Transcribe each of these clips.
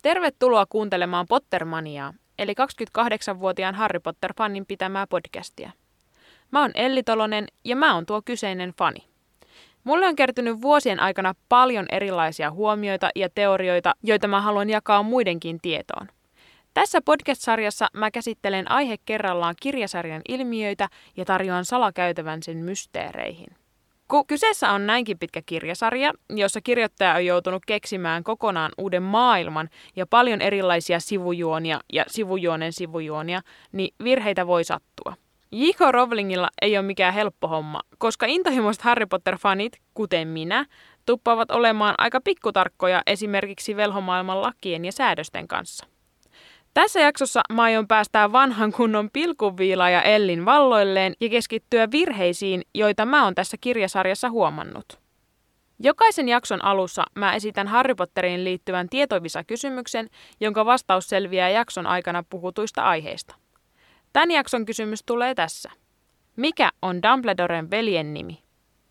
Tervetuloa kuuntelemaan Pottermaniaa, eli 28-vuotiaan Harry Potter-fanin pitämää podcastia. Mä oon Elli Tolonen ja mä oon tuo kyseinen fani. Mulle on kertynyt vuosien aikana paljon erilaisia huomioita ja teorioita, joita mä haluan jakaa muidenkin tietoon. Tässä podcast-sarjassa mä käsittelen aihe kerrallaan kirjasarjan ilmiöitä ja tarjoan salakäytävän sen mysteereihin. Kun kyseessä on näinkin pitkä kirjasarja, jossa kirjoittaja on joutunut keksimään kokonaan uuden maailman ja paljon erilaisia sivujuonia ja sivujuonia, niin virheitä voi sattua. J.K. Rowlingilla ei ole mikään helppo homma, koska intohimoiset Harry Potter-fanit, kuten minä, tuppaavat olemaan aika pikkutarkkoja esimerkiksi velhomaailman lakien ja säädösten kanssa. Tässä jaksossa mä aion päästää vanhan kunnon pilkunviilaaja Ellin valloilleen ja keskittyä virheisiin, joita mä oon tässä kirjasarjassa huomannut. Jokaisen jakson alussa mä esitän Harry Potteriin liittyvän tietovisa-kysymyksen, jonka vastaus selviää jakson aikana puhutuista aiheista. Tän jakson kysymys tulee tässä. Mikä on Dumbledoren veljen nimi?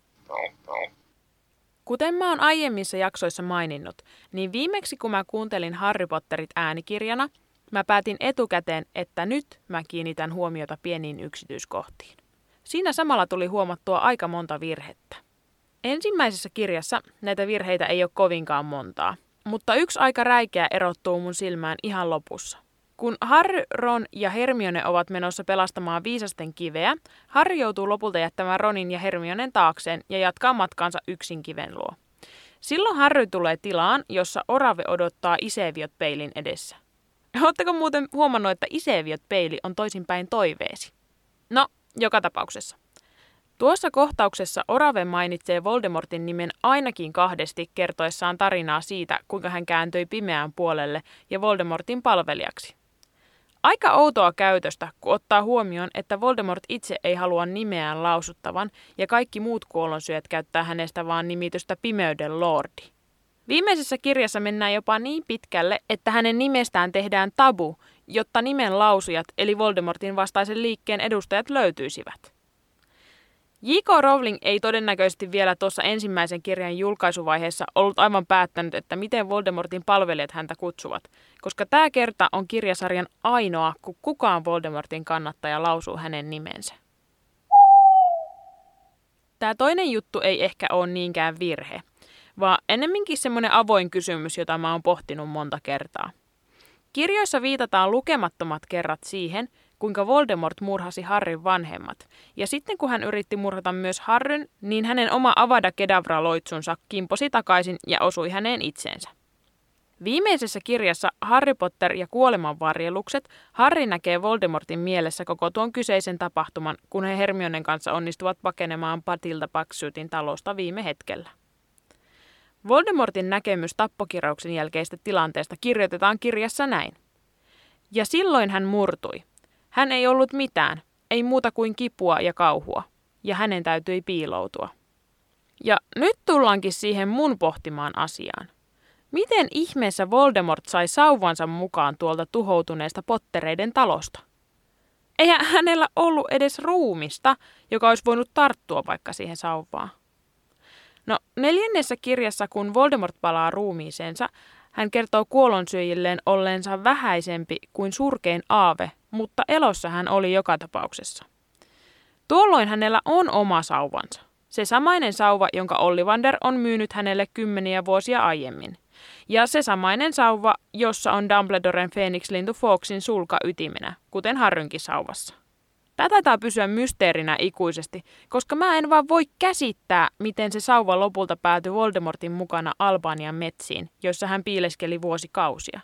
Kuten mä oon aiemmissa jaksoissa maininnut, niin viimeksi kun mä kuuntelin Harry Potterit äänikirjana, mä päätin etukäteen, että nyt mä kiinnitän huomiota pieniin yksityiskohtiin. Siinä samalla tuli huomattua aika monta virhettä. Ensimmäisessä kirjassa näitä virheitä ei ole kovinkaan montaa, mutta yksi aika räikeä erottuu mun silmään ihan lopussa. Kun Harry, Ron ja Hermione ovat menossa pelastamaan viisasten kiveä, Harry joutuu lopulta jättämään Ronin ja Hermionen taakseen ja jatkaa matkaansa yksin kiven luo. Silloin Harry tulee tilaan, jossa orave odottaa Iseviot-peilin edessä. Oletteko muuten huomannut, että Iseviot-peili on toisinpäin toiveesi? No, joka tapauksessa. Tuossa kohtauksessa orave mainitsee Voldemortin nimen ainakin kahdesti kertoessaan tarinaa siitä, kuinka hän kääntyi pimeään puolelle ja Voldemortin palvelijaksi. Aika outoa käytöstä, kun ottaa huomioon, että Voldemort itse ei halua nimeään lausuttavan ja kaikki muut kuollonsyöjät käyttää hänestä vaan nimitystä Pimeyden Lordi. Viimeisessä kirjassa mennään jopa niin pitkälle, että hänen nimestään tehdään tabu, jotta nimen lausujat eli Voldemortin vastaisen liikkeen edustajat löytyisivät. J.K. Rowling ei todennäköisesti vielä tuossa ensimmäisen kirjan julkaisuvaiheessa ollut aivan päättänyt, että miten Voldemortin palvelijat häntä kutsuvat, koska tämä kerta on kirjasarjan ainoa, kun kukaan Voldemortin kannattaja lausuu hänen nimensä. Tämä toinen juttu ei ehkä ole niinkään virhe, vaan ennemminkin semmoinen avoin kysymys, jota mä oon pohtinut monta kertaa. Kirjoissa viitataan lukemattomat kerrat siihen, kuinka Voldemort murhasi Harryn vanhemmat, ja sitten kun hän yritti murhata myös Harryn, niin hänen oma Avada Kedavra-loitsunsa kimposi takaisin ja osui häneen itseensä. Viimeisessä kirjassa Harry Potter ja kuolemanvarjelukset Harry näkee Voldemortin mielessä koko tuon kyseisen tapahtuman, kun he Hermionen kanssa onnistuvat pakenemaan Patilda Buckshootin talosta viime hetkellä. Voldemortin näkemys tappokirouksen jälkeistä tilanteesta kirjoitetaan kirjassa näin. Ja silloin hän murtui. Hän ei ollut mitään, ei muuta kuin kipua ja kauhua, ja hänen täytyi piiloutua. Ja nyt tullaankin siihen mun pohtimaan asiaan. Miten ihmeessä Voldemort sai sauvansa mukaan tuolta tuhoutuneesta Pottereiden talosta? Eihän hänellä ollut edes ruumista, joka olisi voinut tarttua vaikka siihen sauvaan. No, 4. kirjassa, kun Voldemort palaa ruumiiseensa, hän kertoo kuollonsyöjilleen olleensa vähäisempi kuin surkein aave, mutta elossa hän oli joka tapauksessa. Tuolloin hänellä on oma sauvansa. Se samainen sauva, jonka Ollivander on myynyt hänelle 10 vuosia aiemmin. Ja se samainen sauva, jossa on Dumbledoren Phoenix-lintu Fawkesin sulka ytimenä, kuten Harrynkin sauvassa. Tämä taitaa pysyä mysteerinä ikuisesti, koska mä en vaan voi käsittää, miten se sauva lopulta päätyi Voldemortin mukana Albanian metsiin, joissa hän piileskeli vuosikausia.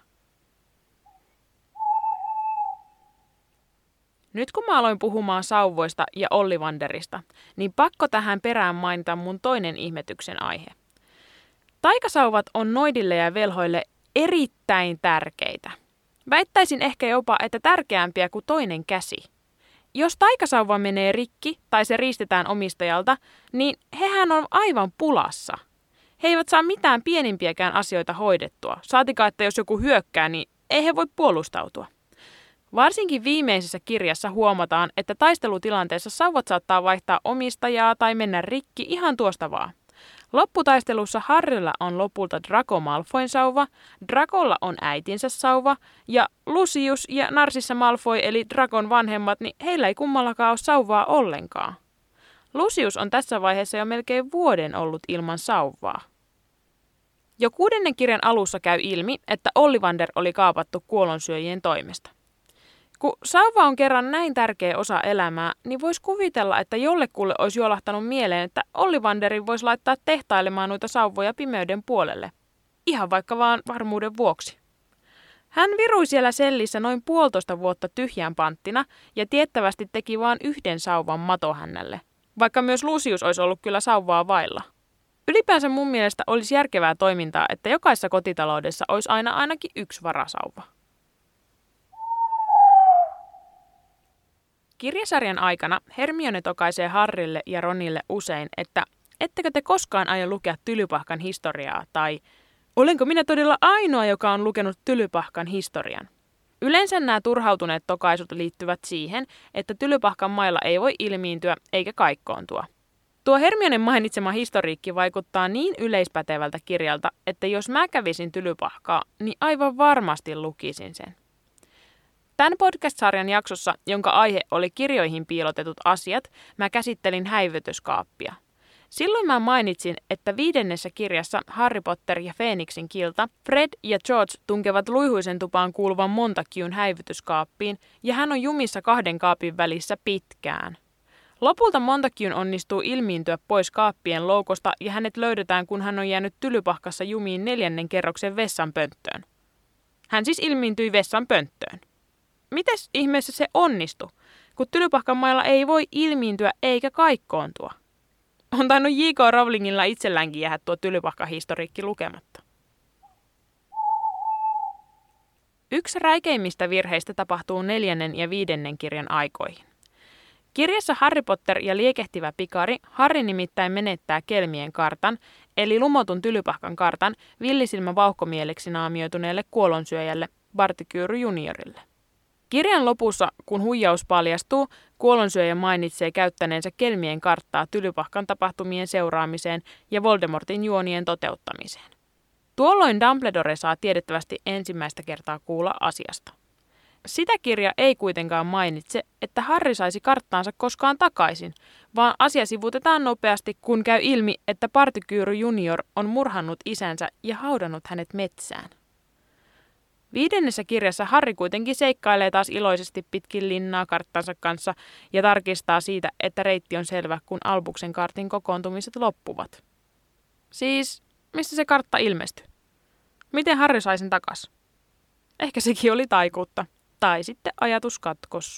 Nyt kun mä aloin puhumaan sauvoista ja Ollivanderista, niin pakko tähän perään mainita mun toinen ihmetyksen aihe. Taikasauvat on noidille ja velhoille erittäin tärkeitä. Väittäisin ehkä jopa, että tärkeämpiä kuin toinen käsi. Jos taikasauva menee rikki tai se riistetään omistajalta, niin hehän on aivan pulassa. He eivät saa mitään pienimpiäkään asioita hoidettua. Saatikaan, että jos joku hyökkää, niin ei he voi puolustautua. Varsinkin viimeisessä kirjassa huomataan, että taistelutilanteessa sauvat saattaa vaihtaa omistajaa tai mennä rikki ihan tuosta vaan. Lopputaistelussa Harryllä on lopulta Draco Malfoyn sauva, Dracolla on äitinsä sauva ja Lucius ja Narcissa Malfoy eli Dracon vanhemmat, niin heillä ei kummallakaan ole sauvaa ollenkaan. Lucius on tässä vaiheessa jo melkein vuoden ollut ilman sauvaa. Jo 6. kirjan alussa käy ilmi, että Ollivander oli kaapattu kuollonsyöjien toimesta. Kun sauva on kerran näin tärkeä osa elämää, niin voisi kuvitella, että jollekulle olisi juolahtanut mieleen, että Ollivanderin voisi laittaa tehtailemaan noita sauvoja pimeyden puolelle. Ihan vaikka vaan varmuuden vuoksi. Hän virui siellä sellissä noin 1,5 vuotta tyhjään panttina ja tiettävästi teki vain yhden sauvan matohännälle, vaikka myös Lucius olisi ollut kyllä sauvaa vailla. Ylipäänsä mun mielestä olisi järkevää toimintaa, että jokaisessa kotitaloudessa olisi aina ainakin yksi varasauva. Kirjasarjan aikana Hermione tokaisee Harrylle ja Ronille usein, että ettekö te koskaan aio lukea Tylypahkan historiaa tai olenko minä todella ainoa, joka on lukenut Tylypahkan historian. Yleensä nämä turhautuneet tokaisut liittyvät siihen, että Tylypahkan mailla ei voi ilmiintyä eikä kaikkoontua. Tuo Hermionen mainitsema historiikki vaikuttaa niin yleispätevältä kirjalta, että jos mä kävisin Tylypahkaa, niin aivan varmasti lukisin sen. Tämän podcast-sarjan jaksossa, jonka aihe oli kirjoihin piilotetut asiat, mä käsittelin häivytyskaappia. Silloin mä mainitsin, että 5. kirjassa Harry Potter ja Feeniksin kilta Fred ja George tunkevat luihuisen tupaan kuuluvan Montague'n häivytyskaappiin ja hän on jumissa 2 kaapin välissä pitkään. Lopulta Montague onnistuu ilmiintyä pois kaappien loukosta ja hänet löydetään, kun hän on jäänyt Tylypahkassa jumiin 4. kerroksen vessanpönttöön. Hän siis ilmiintyi vessanpönttöön. Mites ihmeessä se onnistui, kun Tylypahkan mailla ei voi ilmiintyä eikä kaikkoontua? On tainnut J.K. Rowlingilla itselläänkin jäädä tuo Tylypahka-historiikki lukematta. Yksi räikeimmistä virheistä tapahtuu 4. ja 5. kirjan aikoihin. Kirjassa Harry Potter ja liekehtivä pikari Harry nimittäin menettää Kelmien kartan, eli lumotun Tylypahkan kartan, villisilmä vauhkomieleksi naamioituneelle kuollonsyöjälle Barty-Crouch juniorille. Kirjan lopussa, kun huijaus paljastuu, kuollonsyöjä mainitsee käyttäneensä Kelmien karttaa Tylypahkan tapahtumien seuraamiseen ja Voldemortin juonien toteuttamiseen. Tuolloin Dumbledore saa tiedettävästi ensimmäistä kertaa kuulla asiasta. Sitä kirja ei kuitenkaan mainitse, että Harry saisi karttaansa koskaan takaisin, vaan asia sivutetaan nopeasti, kun käy ilmi, että Barty-Crouch junior on murhannut isänsä ja haudannut hänet metsään. 5. kirjassa Harry kuitenkin seikkailee taas iloisesti pitkin linnaa karttansa kanssa ja tarkistaa siitä, että reitti on selvä, kun Albuksen kartin kokoontumiset loppuvat. Siis, mistä se kartta ilmestyi? Miten Harry sai sen takas? Ehkä sekin oli taikuutta. Tai sitten ajatus katkos.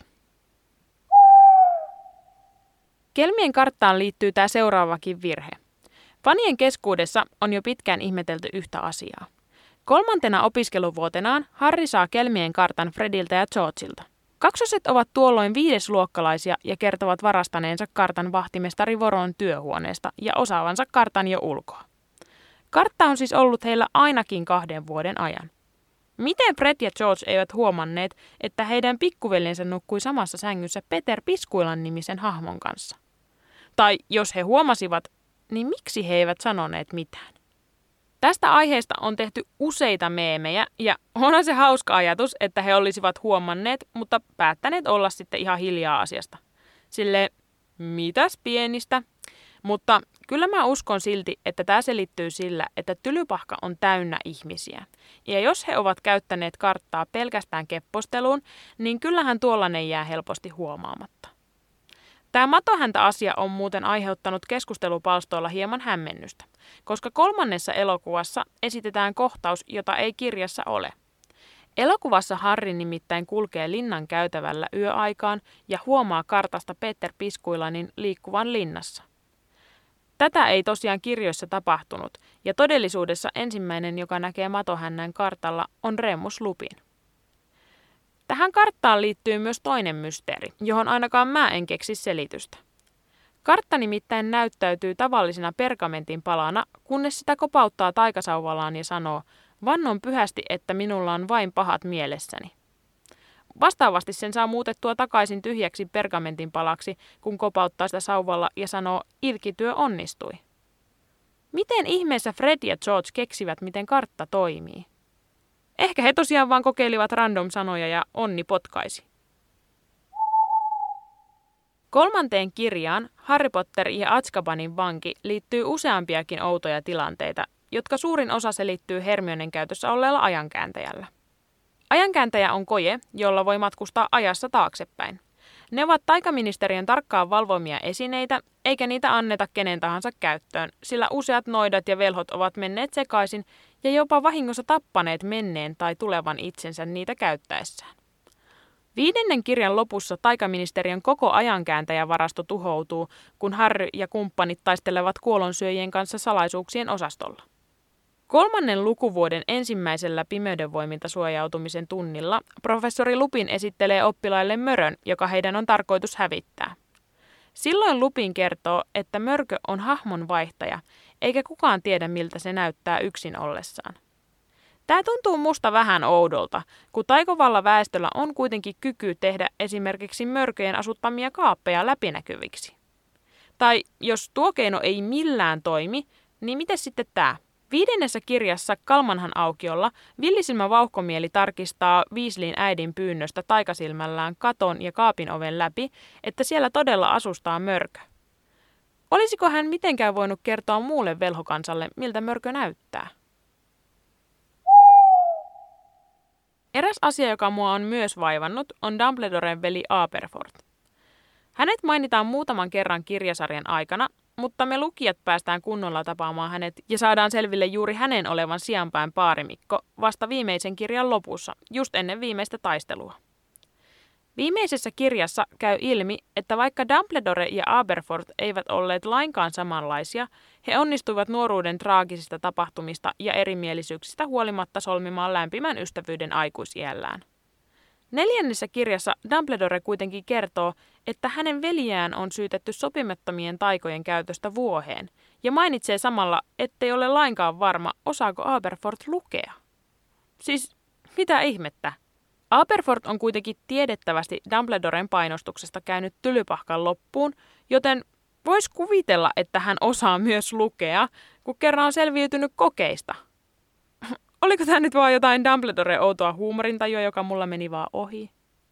Kelmien karttaan liittyy tämä seuraavakin virhe. Fanien keskuudessa on jo pitkään ihmetelty yhtä asiaa. 3. opiskeluvuotenaan Harry saa Kelmien kartan Frediltä ja Georgeilta. Kaksoset ovat tuolloin 5-luokkalaisia ja kertovat varastaneensa kartan vahtimestari Voron työhuoneesta ja osaavansa kartan jo ulkoa. Kartta on siis ollut heillä ainakin 2 vuoden ajan. Miten Fred ja George eivät huomanneet, että heidän pikkuveljensä nukkui samassa sängyssä Peter Piskuilan nimisen hahmon kanssa? Tai jos he huomasivat, niin miksi he eivät sanoneet mitään? Tästä aiheesta on tehty useita meemejä ja onhan se hauska ajatus, että he olisivat huomanneet, mutta päättäneet olla sitten ihan hiljaa asiasta. Silleen, mitäs pienistä? Mutta kyllä mä uskon silti, että tämä selittyy sillä, että Tylypahka on täynnä ihmisiä. Ja jos he ovat käyttäneet karttaa pelkästään kepposteluun, niin kyllähän tuollainen jää helposti huomaamatta. Tämä matohäntä-asia on muuten aiheuttanut keskustelupalstoilla hieman hämmennystä, koska 3. elokuvassa esitetään kohtaus, jota ei kirjassa ole. Elokuvassa Harry nimittäin kulkee linnan käytävällä yöaikaan ja huomaa kartasta Peter Piskuilanin liikkuvan linnassa. Tätä ei tosiaan kirjoissa tapahtunut, ja todellisuudessa ensimmäinen, joka näkee matohännän kartalla, on Remus Lupin. Tähän karttaan liittyy myös toinen mysteeri, johon ainakaan mä en keksi selitystä. Kartta nimittäin näyttäytyy tavallisena pergamentin palana, kunnes sitä kopauttaa taikasauvallaan ja sanoo, vannon pyhästi, että minulla on vain pahat mielessäni. Vastaavasti sen saa muutettua takaisin tyhjäksi pergamentin palaksi, kun kopauttaa sitä sauvalla ja sanoo, ilkityö onnistui. Miten ihmeessä Fred ja George keksivät, miten kartta toimii? Ehkä he tosiaan vaan kokeilivat random sanoja ja onni potkaisi. 3. kirjaan Harry Potter ja Azkabanin vanki liittyy useampiakin outoja tilanteita, jotka suurin osa selittyy Hermionen käytössä olleella ajankääntäjällä. Ajankääntäjä on koje, jolla voi matkustaa ajassa taaksepäin. Ne ovat taikaministeriön tarkkaan valvomia esineitä, eikä niitä anneta kenen tahansa käyttöön, sillä useat noidat ja velhot ovat menneet sekaisin ja jopa vahingossa tappaneet menneen tai tulevan itsensä niitä käyttäessään. 5. kirjan lopussa taikaministeriön koko ajankääntäjävarasto tuhoutuu, kun Harry ja kumppanit taistelevat kuolonsyöjien kanssa salaisuuksien osastolla. 3. lukuvuoden ensimmäisellä pimeydenvoimilta suojautumisen tunnilla professori Lupin esittelee oppilaille mörön, joka heidän on tarkoitus hävittää. Silloin Lupin kertoo, että mörkö on hahmon vaihtaja, eikä kukaan tiedä miltä se näyttää yksin ollessaan. Tämä tuntuu musta vähän oudolta, kun taikovalla väestöllä on kuitenkin kyky tehdä esimerkiksi mörköjen asuttamia kaappeja läpinäkyviksi. Tai jos tuo keino ei millään toimi, niin miten sitten tämä? 5. kirjassa Kalmanhan aukiolla villisilmä vauhkomieli tarkistaa Weasleyn äidin pyynnöstä taikasilmällään katon ja kaapin oven läpi, että siellä todella asustaa mörkö. Olisiko hän mitenkään voinut kertoa muulle velhokansalle, miltä mörkö näyttää? Eräs asia, joka mua on myös vaivannut, on Dumbledoren veli Aberforth. Hänet mainitaan muutaman kerran kirjasarjan aikana, mutta me lukijat päästään kunnolla tapaamaan hänet ja saadaan selville juuri hänen olevan sianpään paarimikko vasta viimeisen kirjan lopussa, just ennen viimeistä taistelua. Viimeisessä kirjassa käy ilmi, että vaikka Dumbledore ja Aberforth eivät olleet lainkaan samanlaisia, he onnistuivat nuoruuden traagisista tapahtumista ja erimielisyyksistä huolimatta solmimaan lämpimän ystävyyden aikuisiällään. 4. kirjassa Dumbledore kuitenkin kertoo, että hänen veljään on syytetty sopimattomien taikojen käytöstä vuoheen, ja mainitsee samalla, ettei ole lainkaan varma, osaako Aberforth lukea. Siis, mitä ihmettä? Aberforth on kuitenkin tiedettävästi Dumbledoren painostuksesta käynyt Tylypahkan loppuun, joten vois kuvitella, että hän osaa myös lukea, kun kerran on selviytynyt kokeista. Oliko tämä nyt vaan jotain Dumbledore-outoa huumorintajua, joka mulla meni vaan ohi?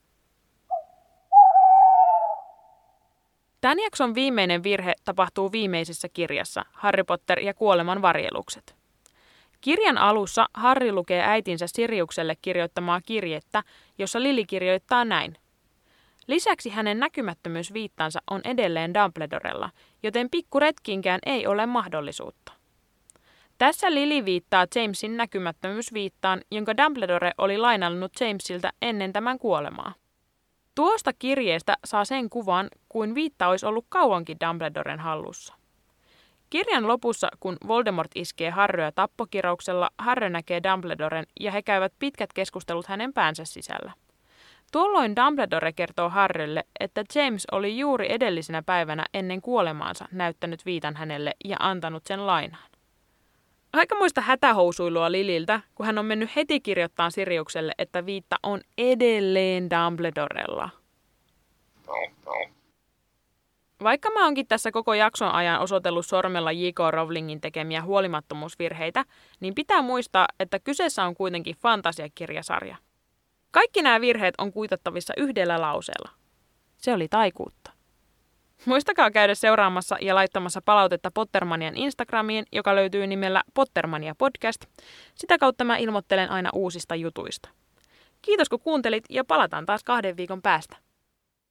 Tämän jakson viimeinen virhe tapahtuu viimeisessä kirjassa, Harry Potter ja kuoleman varjelukset. Kirjan alussa Harry lukee äitinsä Siriukselle kirjoittamaa kirjettä, jossa Lily kirjoittaa näin. Lisäksi hänen näkymättömyysviittansa on edelleen Dumbledorella, joten pikkuretkiinkään ei ole mahdollisuutta. Tässä Lily viittaa Jamesin näkymättömyysviittaan, jonka Dumbledore oli lainannut Jamesilta ennen tämän kuolemaa. Tuosta kirjeestä saa sen kuvan, kuin viitta olisi ollut kauankin Dumbledoren hallussa. Kirjan lopussa, kun Voldemort iskee Harryä tappokirauksella, Harry näkee Dumbledoren ja he käyvät pitkät keskustelut hänen päänsä sisällä. Tuolloin Dumbledore kertoo Harrylle, että James oli juuri edellisenä päivänä ennen kuolemaansa näyttänyt viitan hänelle ja antanut sen lainaan. Aikamoista hätähousuilua Lilyltä, kun hän on mennyt heti kirjoittamaan Siriukselle, että viitta on edelleen Dumbledorella. Vaikka mä oonkin tässä koko jakson ajan osoitellut sormella J.K. Rowlingin tekemiä huolimattomuusvirheitä, niin pitää muistaa, että kyseessä on kuitenkin fantasiakirjasarja. Kaikki nämä virheet on kuitattavissa yhdellä lauseella. Se oli taikuutta. Muistakaa käydä seuraamassa ja laittamassa palautetta Pottermanian Instagramiin, joka löytyy nimellä Pottermania Podcast. Sitä kautta mä ilmoittelen aina uusista jutuista. Kiitos kun kuuntelit ja palataan taas 2 viikon päästä.